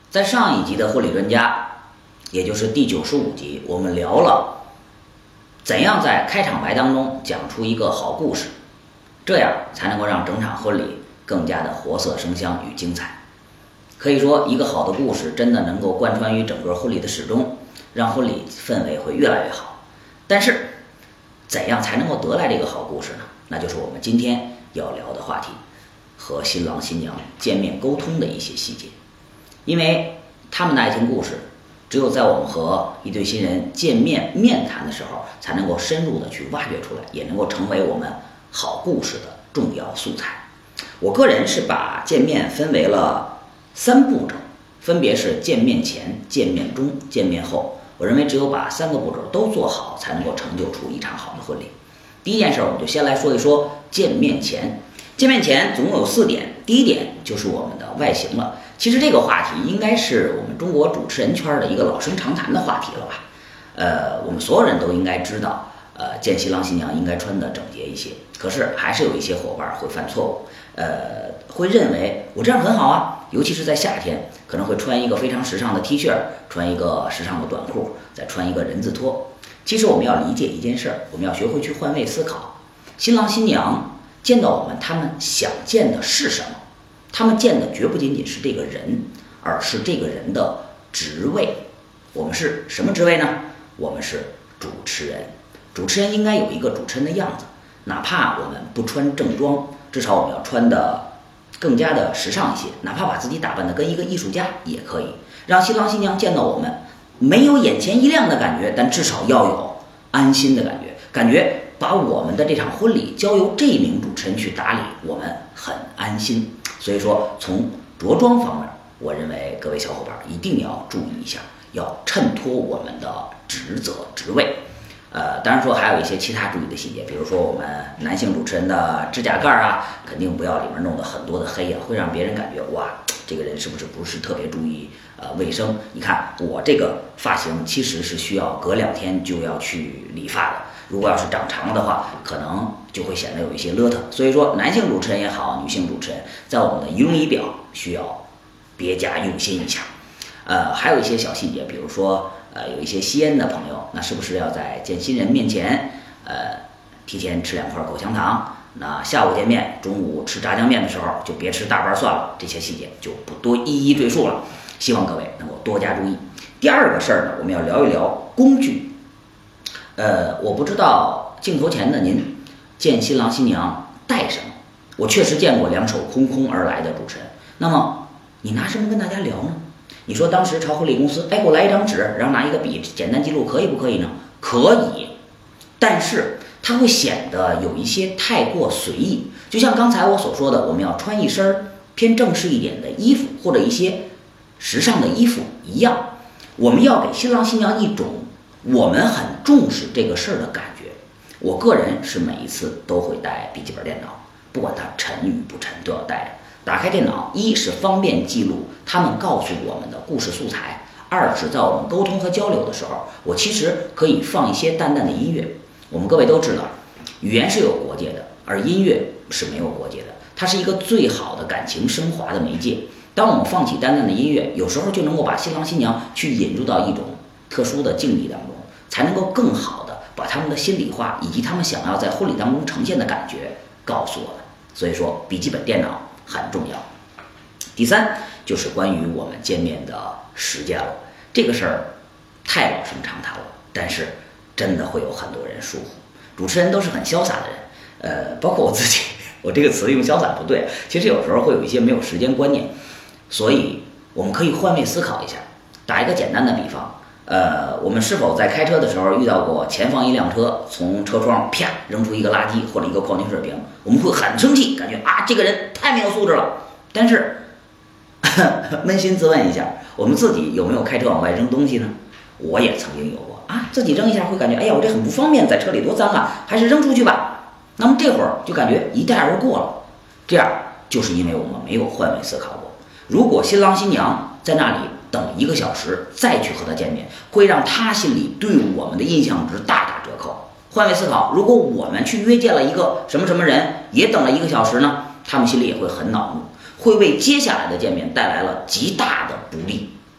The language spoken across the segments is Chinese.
在上一集的婚礼专家，也就是第95集，我们聊了怎样在开场白当中讲出一个好故事，这样才能够让整场婚礼更加的活色生香与精彩。可以说，一个好的故事真的能够贯穿于整个婚礼的始终，让婚礼氛围会越来越好。但是，怎样才能够得来这个好故事呢？那就是我们今天要聊的话题，和新郎新娘见面沟通的一些细节。因为他们的爱情故事，只有在我们和一对新人见面面谈的时候，才能够深入的去挖掘出来，也能够成为我们好故事的重要素材。我个人是把见面分为了3步骤，分别是见面前、见面中、见面后。我认为只有把3个步骤都做好，才能够成就出一场好的婚礼。第一件事，我们就先来说一说见面前。见面前总共有4点，第一点就是我们的外形了。其实这个话题应该是我们中国主持人圈的一个老生常谈的话题了吧？我们所有人都应该知道，见新郎新娘应该穿得整洁一些。可是还是有一些伙伴会犯错误，会认为我这样很好啊，尤其是在夏天，可能会穿一个非常时尚的 T 恤，穿一个时尚的短裤，再穿一个人字拖。其实我们要理解一件事儿，我们要学会去换位思考。新郎新娘见到我们，他们想见的是什么？他们见的绝不仅仅是这个人，而是这个人的职位。我们是什么职位呢？我们是主持人。主持人应该有一个主持人的样子，哪怕我们不穿正装，至少我们要穿的更加的时尚一些，哪怕把自己打扮的跟一个艺术家也可以，让新郎新娘见到我们没有眼前一亮的感觉，但至少要有安心的感觉，感觉把我们的这场婚礼交由这名主持人去打理，我们很安心。所以说，从着装方面，我认为各位小伙伴一定要注意一下，要衬托我们的职责职位。当然说还有一些其他注意的细节，比如说我们男性主持人的指甲盖啊，肯定不要里面弄得很多的黑啊，会让别人感觉哇，这个人是不是特别注意卫生？你看我这个发型其实是需要隔2天就要去理发的，如果要是长长了的话，可能就会显得有一些邋遢。所以说，男性主持人也好，女性主持人，在我们的仪容仪表需要别加用心一下。还有一些小细节，比如说有一些吸烟的朋友，那是不是要在见新人面前提前吃2块口香糖？那下午见面，中午吃炸酱面的时候就别吃大瓣蒜了。这些细节就不多一一赘述了，希望各位能够多加注意。第二个事儿呢，我们要聊一聊工具。我不知道镜头前的您见新郎新娘带什么？我确实见过2手空空而来的主持人。那么你拿什么跟大家聊呢？你说当时朝婚礼公司，给我来一张纸，然后拿一个笔简单记录，可以不可以呢？可以，但是它会显得有一些太过随意。就像刚才我所说的，我们要穿一身偏正式一点的衣服，或者一些时尚的衣服一样，我们要给新郎新娘一种我们很重视这个事儿的感觉。我个人是每一次都会带笔记本电脑，不管它沉与不沉都要带着。打开电脑，一是方便记录他们告诉我们的故事素材，二是在我们沟通和交流的时候，我其实可以放一些淡淡的音乐。我们各位都知道，语言是有国界的，而音乐是没有国界的，它是一个最好的感情升华的媒介。当我们放起淡淡的音乐，有时候就能够把新郎新娘去引入到一种特殊的境地当中，才能够更好的把他们的心里话以及他们想要在婚礼当中呈现的感觉告诉我们。所以说，笔记本电脑很重要。第3就是关于我们见面的时间了，这个事儿太老生常谈了，但是真的会有很多人疏忽。主持人都是很潇洒的人，包括我自己，我这个词用潇洒不对，其实有时候会有一些没有时间观念，所以我们可以换位思考一下。打一个简单的比方，我们是否在开车的时候遇到过前方一辆车从车窗啪扔出一个垃圾或者一个矿泉水瓶，我们会很生气，感觉这个人太没有素质了。但是扪心自问一下，我们自己有没有开车往外扔东西呢？我也曾经有过自己扔一下会感觉我这很不方便，在车里多脏啊，还是扔出去吧。那么这会儿就感觉一带而过了，这样就是因为我们没有换位思考过。如果新郎新娘在那里等1个小时再去和他见面，会让他心里对我们的印象值大打折扣。换位思考，如果我们去约见了一个什么什么人，也等了1个小时呢，他们心里也会很恼怒，会为接下来的见面带来了极大的不利。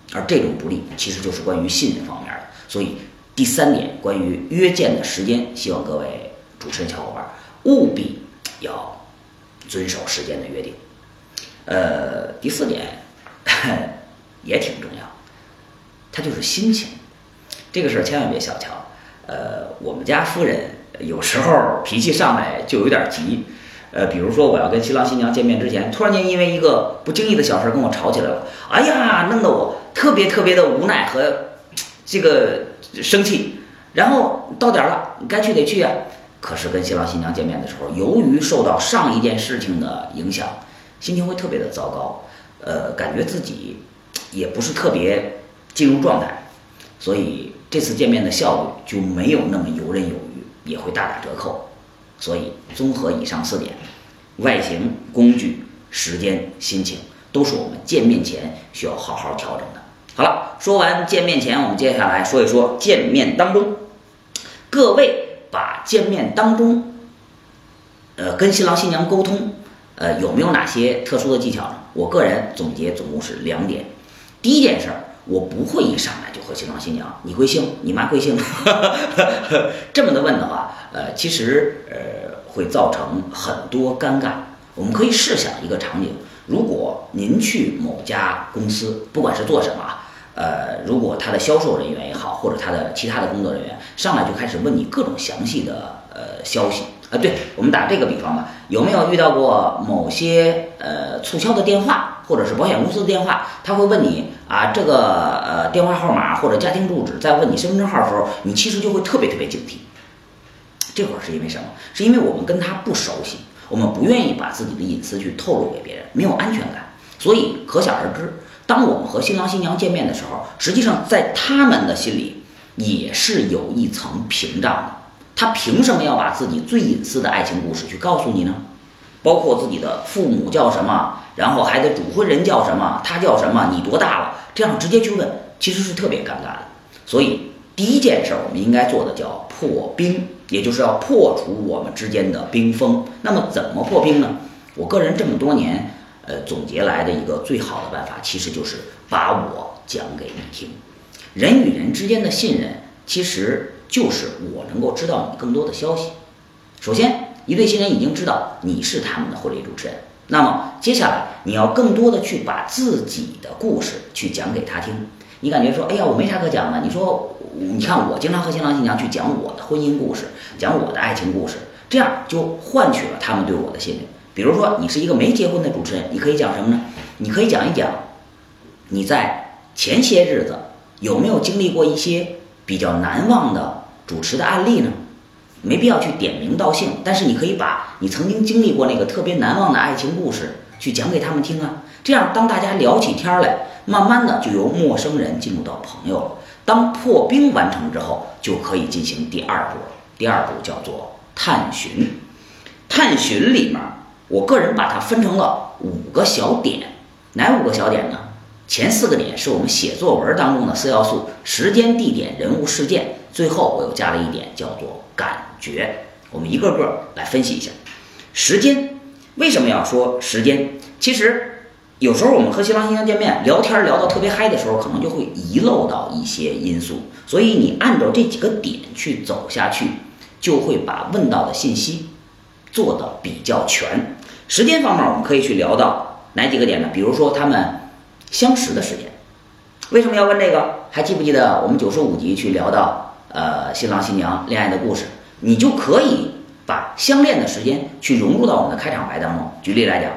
而这种不利其实就是关于信任方面的。所以第3点，关于约见的时间，希望各位主持人小伙伴务必要遵守时间的约定。第4点也挺重要，它就是心情。这个事儿千万别小瞧。我们家夫人有时候脾气上来就有点急。比如说我要跟新郎新娘见面之前，突然间因为一个不经意的小事跟我吵起来了，哎呀，弄得我特别的无奈和这个生气。然后到点了，该去得去啊。可是跟新郎新娘见面的时候，由于受到上一件事情的影响，心情会特别的糟糕，感觉自己也不是特别进入状态，所以这次见面的效率就没有那么游刃有余，也会大打折扣。所以综合以上4点，外形、工具、时间、心情，都是我们见面前需要好好调整的。好了，说完见面前，我们接下来说一说见面当中。各位把见面当中，跟新郎新娘沟通，有没有哪些特殊的技巧呢？我个人总结总共是2点。第一件事儿，我不会一上来就和新郎新娘，你贵姓？你妈贵姓？这么的问的话，其实会造成很多尴尬。我们可以试想一个场景，如果您去某家公司，不管是做什么，如果他的销售人员也好，或者他的其他的工作人员上来就开始问你各种详细的消息对，我们打这个比方吧，有没有遇到过某些促销的电话，或者是保险公司的电话，他会问你这个电话号码或者家庭住址，在问你身份证号的时候，你其实就会特别警惕。这会儿是因为什么？是因为我们跟他不熟悉，我们不愿意把自己的隐私去透露给别人，没有安全感。所以可想而知，当我们和新郎新娘见面的时候，实际上在他们的心里也是有一层屏障的。他凭什么要把自己最隐私的爱情故事去告诉你呢？包括自己的父母叫什么，然后孩子主婚人叫什么，他叫什么，你多大了，这样直接去问，其实是特别尴尬的。所以第一件事我们应该做的叫破冰，也就是要破除我们之间的冰封。那么怎么破冰呢？我个人这么多年总结来的一个最好的办法，其实就是把我讲给你听。人与人之间的信任，其实就是我能够知道你更多的消息。首先，一对新人已经知道你是他们的婚礼主持人，那么接下来你要更多的去把自己的故事去讲给他听。你感觉说，哎呀，我没啥可讲的。你说，你看我经常和新郎新娘去讲我的婚姻故事，讲我的爱情故事，这样就换取了他们对我的信任。比如说，你是一个没结婚的主持人，你可以讲什么呢？你可以讲一讲你在前些日子有没有经历过一些比较难忘的主持的案例呢？没必要去点名道姓，但是你可以把你曾经经历过那个特别难忘的爱情故事去讲给他们听啊。这样当大家聊起天来，慢慢的就由陌生人进入到朋友了。当破冰完成之后，就可以进行第2步。第2步叫做探寻。探寻里面，我个人把它分成了5个小点。哪5个小点呢？前4个点是我们写作文当中的4要素：时间、地点、人物、事件。最后我又加了一点，叫做感觉。我们一个个来分析一下。时间，为什么要说时间？其实有时候我们和新郎新娘见面聊天聊到特别嗨的时候，可能就会遗漏到一些因素，所以你按照这几个点去走下去，就会把问到的信息做得比较全。时间方面我们可以去聊到哪几个点呢？比如说他们相识的时间。为什么要问这个？还记不记得我们95集去聊到新郎新娘恋爱的故事？你就可以把相恋的时间去融入到我们的开场白当中。举例来讲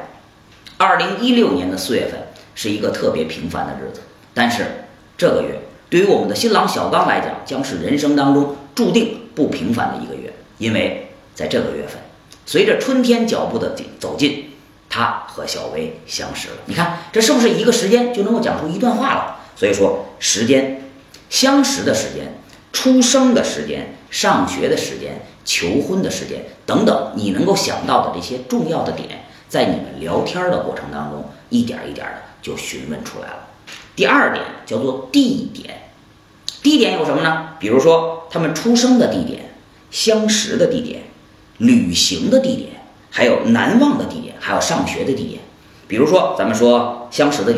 ，2016年的4月份是一个特别平凡的日子，但是这个月对于我们的新郎小刚来讲，将是人生当中注定不平凡的一个月。因为在这个月份，随着春天脚步的走近，他和小薇相识了。你看这是不是一个时间就能够讲出一段话了？所以说时间，相识的时间，出生的时间，上学的时间，求婚的时间等等，你能够想到的这些重要的点，在你们聊天的过程当中一点一点的就询问出来了。第2点叫做地点。地点有什么呢？比如说他们出生的地点，相识的地点，旅行的地点，还有难忘的地点，还有上学的地点。比如说咱们说相识的地点，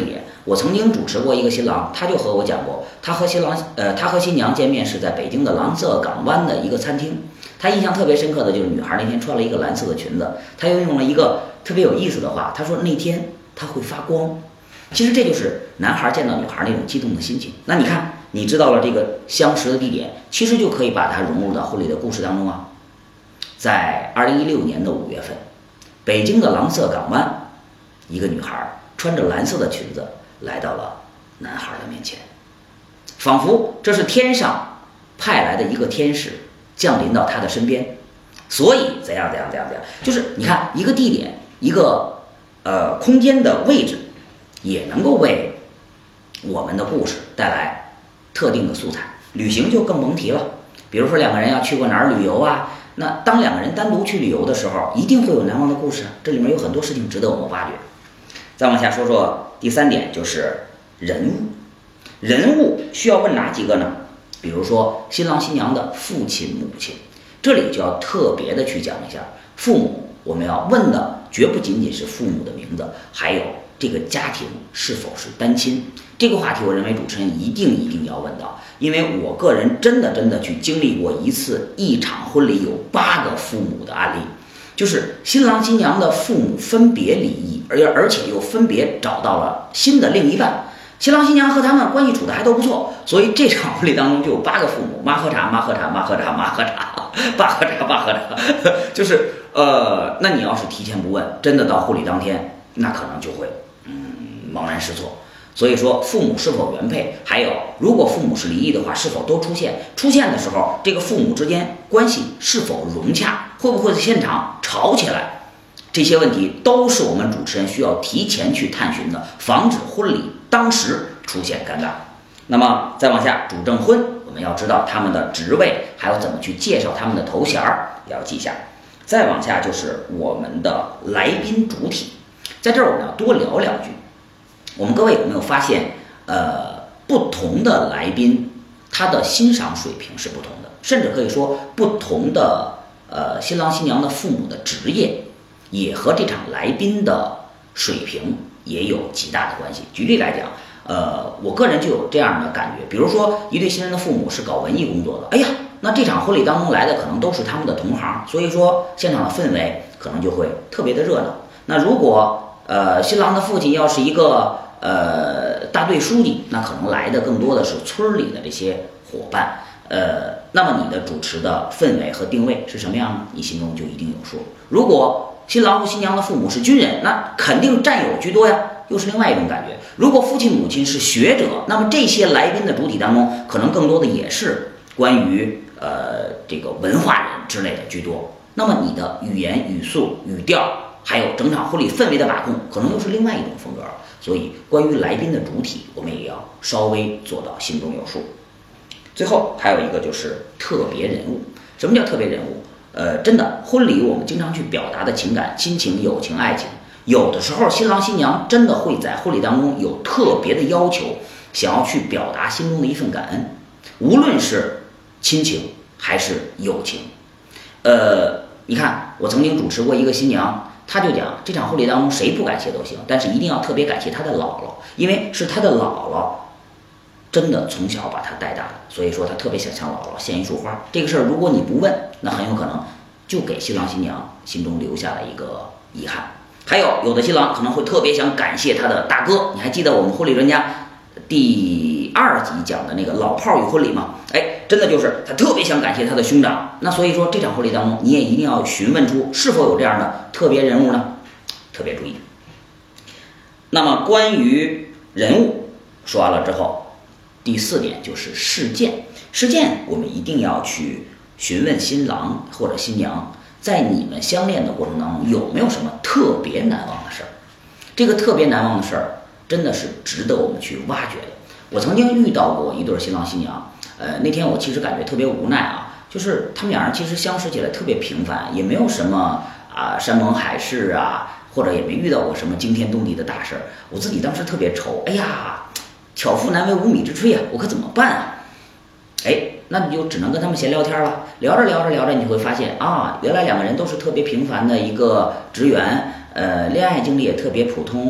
我曾经主持过一个新郎，他就和我讲过，他和新娘见面是在北京的廊坊港湾的一个餐厅。他印象特别深刻的就是女孩那天穿了一个蓝色的裙子，他又用了一个特别有意思的话，他说那天她会发光。其实这就是男孩见到女孩那种激动的心情。那你看，你知道了这个相识的地点，其实就可以把它融入到婚礼的故事当中啊。在2016年的5月份，北京的廊坊港湾，一个女孩穿着蓝色的裙子来到了男孩的面前，仿佛这是天上派来的一个天使降临到他的身边。所以怎样，就是你看一个地点，一个空间的位置，也能够为我们的故事带来特定的素材。旅行就更甭提了，比如说两个人要去过哪儿旅游啊，那当两个人单独去旅游的时候，一定会有难忘的故事，这里面有很多事情值得我们挖掘。再往下说说第3点，就是人物。人物需要问哪几个呢？比如说新郎新娘的父亲母亲，这里就要特别的去讲一下父母，我们要问的绝不仅仅是父母的名字，还有这个家庭是否是单亲。这个话题我认为主持人一定要问到，因为我个人真的去经历过一场婚礼有8个父母的案例，就是新郎新娘的父母分别离异，而且又分别找到了新的另一半。新郎新娘和他们关系处的还都不错，所以这场婚礼当中就有8个父母，妈喝茶，就是那你要是提前不问，真的到婚礼当天，那可能就会茫然失措。所以说父母是否原配，还有如果父母是离异的话，是否都出现的时候，这个父母之间关系是否融洽，会不会在现场吵起来，这些问题都是我们主持人需要提前去探寻的，防止婚礼当时出现尴尬。那么再往下，主证婚我们要知道他们的职位，还有怎么去介绍他们的头衔要记下。再往下就是我们的来宾主体，在这儿我们要多聊2句。我们各位有没有发现，不同的来宾他的欣赏水平是不同的，甚至可以说不同的新郎新娘的父母的职业也和这场来宾的水平也有极大的关系。举例来讲，我个人就有这样的感觉，比如说一对新人的父母是搞文艺工作的，哎呀，那这场婚礼当中来的可能都是他们的同行，所以说现场的氛围可能就会特别的热闹。那如果新郎的父亲要是一个大队书记，那可能来的更多的是村里的这些伙伴。那么你的主持的氛围和定位是什么样呢？你心中就一定有数。如果新郎和新娘的父母是军人，那肯定战友居多呀，又是另外一种感觉。如果父亲母亲是学者，那么这些来宾的主体当中，可能更多的也是关于这个文化人之类的居多。那么你的语言语速语调，还有整场婚礼氛围的把控，可能又是另外一种风格。所以关于来宾的主体，我们也要稍微做到心中有数。最后还有一个就是特别人物。什么叫特别人物？真的，婚礼我们经常去表达的情感，亲情、友情、爱情，有的时候新郎新娘真的会在婚礼当中有特别的要求，想要去表达心中的一份感恩，无论是亲情还是友情。你看，我曾经主持过一个新娘，他就讲这场婚礼当中谁不感谢都行，但是一定要特别感谢他的姥姥，因为是他的姥姥真的从小把他带大的，所以说他特别想向姥姥献一束花。这个事儿如果你不问，那很有可能就给新郎新娘心中留下了一个遗憾。还有的新郎可能会特别想感谢他的大哥，你还记得我们婚礼专家第2集讲的那个老炮与婚礼吗？真的就是他特别想感谢他的兄长。那所以说这场婚礼当中，你也一定要询问出是否有这样的特别人物呢？特别注意。那么关于人物说完了之后，第4点就是事件。事件我们一定要去询问新郎或者新娘，在你们相恋的过程当中有没有什么特别难忘的事儿。这个特别难忘的事儿真的是值得我们去挖掘的。我曾经遇到过一对新郎新娘，那天我其实感觉特别无奈啊，就是他们两人其实相识起来特别平凡，也没有什么山盟海誓啊，或者也没遇到过什么惊天动地的大事儿。我自己当时特别愁，哎呀，巧妇难为无米之炊啊，我可怎么办啊？那你就只能跟他们闲聊天了。聊着，你会发现啊，原来两个人都是特别平凡的一个职员，恋爱经历也特别普通。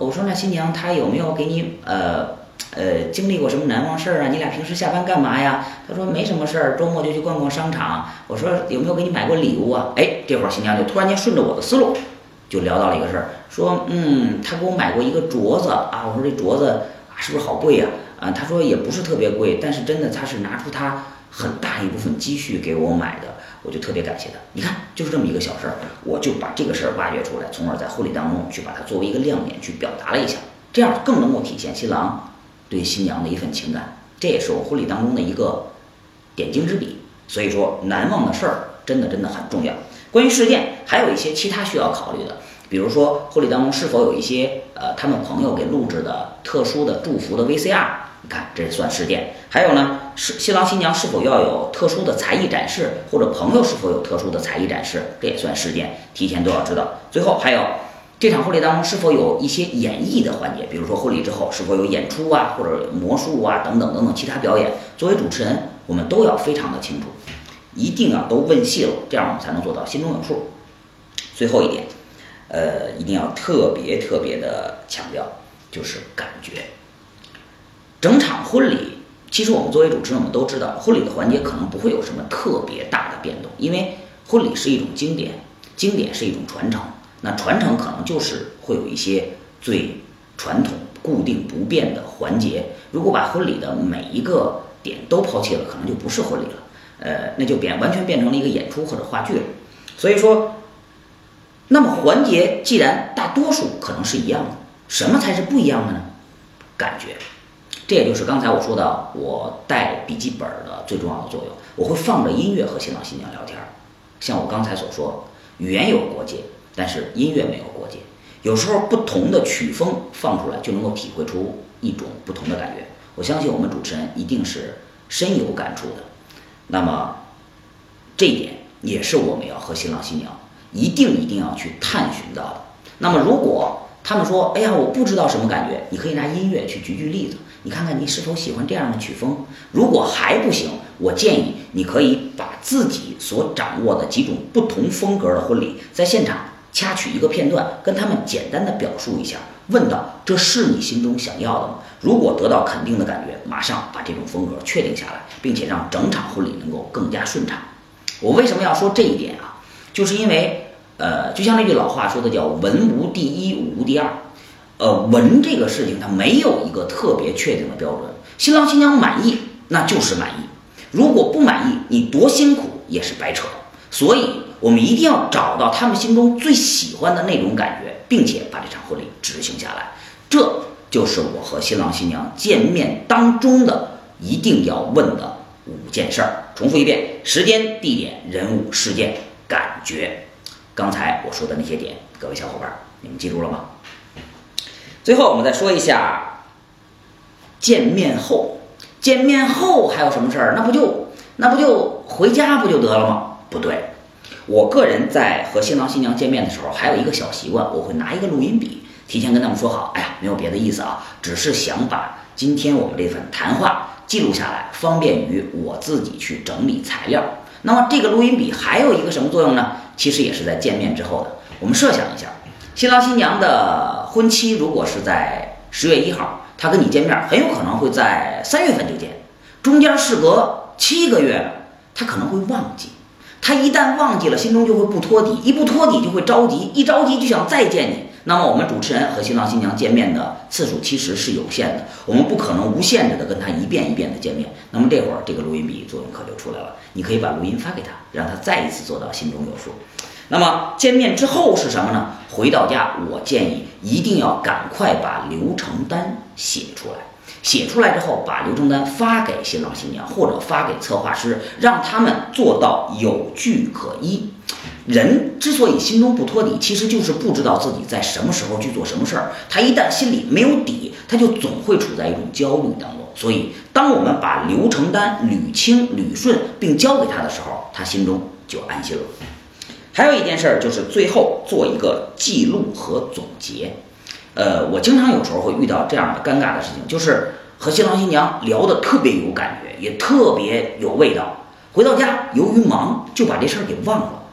我说那新娘她有没有给你经历过什么难忘事儿啊？你俩平时下班干嘛呀？他说没什么事儿，周末就去逛逛商场。我说有没有给你买过礼物啊？哎，这会儿新娘就突然间顺着我的思路，就聊到了一个事儿，说他给我买过一个镯子啊。我说这镯子啊是不是好贵呀？他说也不是特别贵，但是真的他是拿出他很大一部分积蓄给我买的，我就特别感谢他。你看，就是这么一个小事儿，我就把这个事儿挖掘出来，从而在婚礼当中去把它作为一个亮点去表达了一下，这样更能够体现新郎对新娘的一份情感，这也是我婚礼当中的一个点睛之笔。所以说，难忘的事儿真的很重要。关于事件，还有一些其他需要考虑的，比如说婚礼当中是否有一些他们朋友给录制的特殊的祝福的 VCR， 你看这算事件。还有呢，是新郎新娘是否要有特殊的才艺展示，或者朋友是否有特殊的才艺展示，这也算事件，提前都要知道。最后还有这场婚礼当中是否有一些演绎的环节，比如说婚礼之后是否有演出啊，或者魔术啊等等其他表演，作为主持人我们都要非常的清楚，一定要都问细了，这样我们才能做到心中有数。最后一点一定要特别的强调，就是感觉。整场婚礼其实我们作为主持人我们都知道，婚礼的环节可能不会有什么特别大的变动，因为婚礼是一种经典，经典是一种传承，那传承可能就是会有一些最传统固定不变的环节，如果把婚礼的每一个点都抛弃了，可能就不是婚礼了，那就完全变成了一个演出或者话剧了。所以说，那么环节既然大多数可能是一样的，什么才是不一样的呢？感觉。这也就是刚才我说到我带笔记本的最重要的作用，我会放着音乐和新郎新娘聊天。像我刚才所说，语言有国界，但是音乐没有国界，有时候不同的曲风放出来就能够体会出一种不同的感觉。我相信我们主持人一定是深有感触的，那么这一点也是我们要和新郎新娘一定要去探寻到的。那么如果他们说，哎呀，我不知道什么感觉，你可以拿音乐去举例子，你看看你是否喜欢这样的曲风。如果还不行，我建议你可以把自己所掌握的几种不同风格的婚礼，在现场掐取一个片段，跟他们简单的表述一下，问到这是你心中想要的吗？如果得到肯定的感觉，马上把这种风格确定下来，并且让整场婚礼能够更加顺畅。我为什么要说这一点啊？就是因为就像那句老话说的叫文无第一，武无第二。文这个事情它没有一个特别确定的标准，新郎新娘满意那就是满意，如果不满意，你多辛苦也是白扯。所以我们一定要找到他们心中最喜欢的那种感觉，并且把这场婚礼执行下来。这就是我和新郎新娘见面当中的一定要问的5件事儿。重复一遍：时间、地点、人物、事件、感觉。刚才我说的那些点，各位小伙伴你们记住了吗？最后我们再说一下见面后。见面后还有什么事儿？那不就回家不就得了吗？不对，我个人在和新郎新娘见面的时候还有一个小习惯，我会拿一个录音笔，提前跟他们说好，哎呀，没有别的意思啊，只是想把今天我们这份谈话记录下来，方便于我自己去整理材料。那么这个录音笔还有一个什么作用呢？其实也是在见面之后的。我们设想一下，新郎新娘的婚期如果是在10月1号，他跟你见面很有可能会在3月份就见，中间事隔7个月了，他可能会忘记。他一旦忘记了，心中就会不托底，一不托底就会着急，一着急就想再见你。那么我们主持人和新郎新娘见面的次数其实是有限的，我们不可能无限制的跟他一遍一遍的见面。那么这会儿这个录音笔作用可就出来了，你可以把录音发给他，让他再一次做到心中有数。那么见面之后是什么呢？回到家，我建议一定要赶快把流程单写出来。写出来之后，把流程单发给新郎新娘或者发给策划师，让他们做到有据可依。人之所以心中不托底，其实就是不知道自己在什么时候去做什么事儿。他一旦心里没有底，他就总会处在一种焦虑当中。所以，当我们把流程单捋清捋顺并交给他的时候，他心中就安心了。还有一件事就是最后做一个记录和总结。我经常有时候会遇到这样的尴尬的事情，就是和新郎新娘聊得特别有感觉，也特别有味道。回到家由于忙就把这事儿给忘了。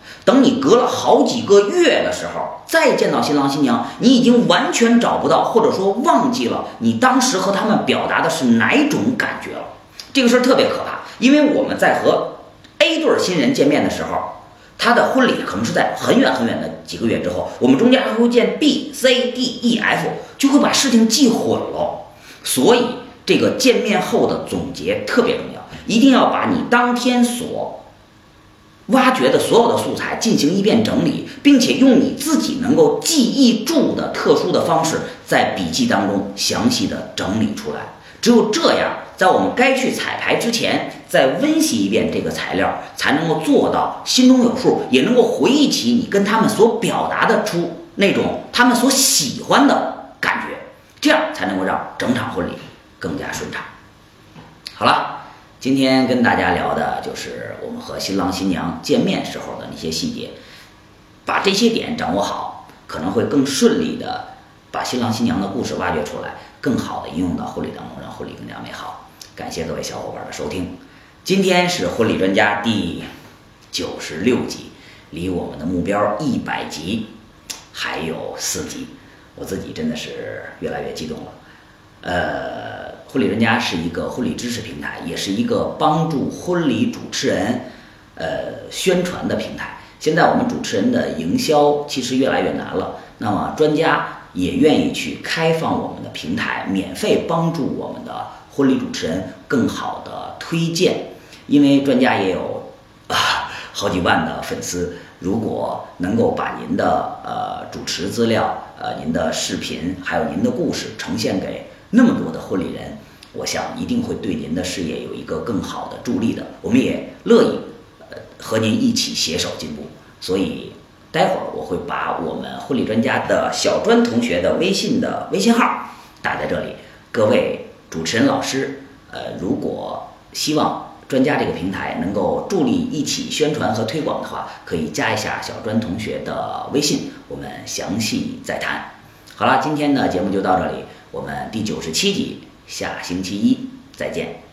等你隔了好几个月的时候，再见到新郎新娘，你已经完全找不到，或者说忘记了你当时和他们表达的是哪种感觉了。这个事儿特别可怕，因为我们在和 A 对新人见面的时候，他的婚礼可能是在很远很远的几个月之后，我们中间还会见 B、C、D、E、F， 就会把事情记混了。所以这个见面后的总结特别重要，一定要把你当天所挖掘的所有的素材进行一遍整理，并且用你自己能够记忆住的特殊的方式，在笔记当中详细的整理出来。只有这样，在我们该去彩排之前，再温习一遍这个材料，才能够做到心中有数，也能够回忆起你跟他们所表达的出那种他们所喜欢的感觉，这样才能够让整场婚礼更加顺畅。好了，今天跟大家聊的就是我们和新郎新娘见面时候的那些细节，把这些点掌握好，可能会更顺利的把新郎新娘的故事挖掘出来，更好的应用到婚礼当中，让婚礼更加美好。感谢各位小伙伴的收听，今天是婚礼专家第96集，离我们的目标100集还有4集，我自己真的是越来越激动了。婚礼专家是一个婚礼知识平台，也是一个帮助婚礼主持人宣传的平台。现在我们主持人的营销其实越来越难了，那么专家也愿意去开放我们的平台，免费帮助我们的婚礼主持人更好的推荐。因为专家也有好几万的粉丝，如果能够把您的主持资料、您的视频还有您的故事呈现给那么多的婚礼人，我想一定会对您的事业有一个更好的助力的。我们也乐意和您一起携手进步。所以待会儿我会把我们婚礼专家的小专同学的微信号打在这里，各位主持人老师如果希望专家这个平台能够助力一起宣传和推广的话，可以加一下小专同学的微信，我们详细再谈。好了，今天的节目就到这里，我们第97集下星期一再见。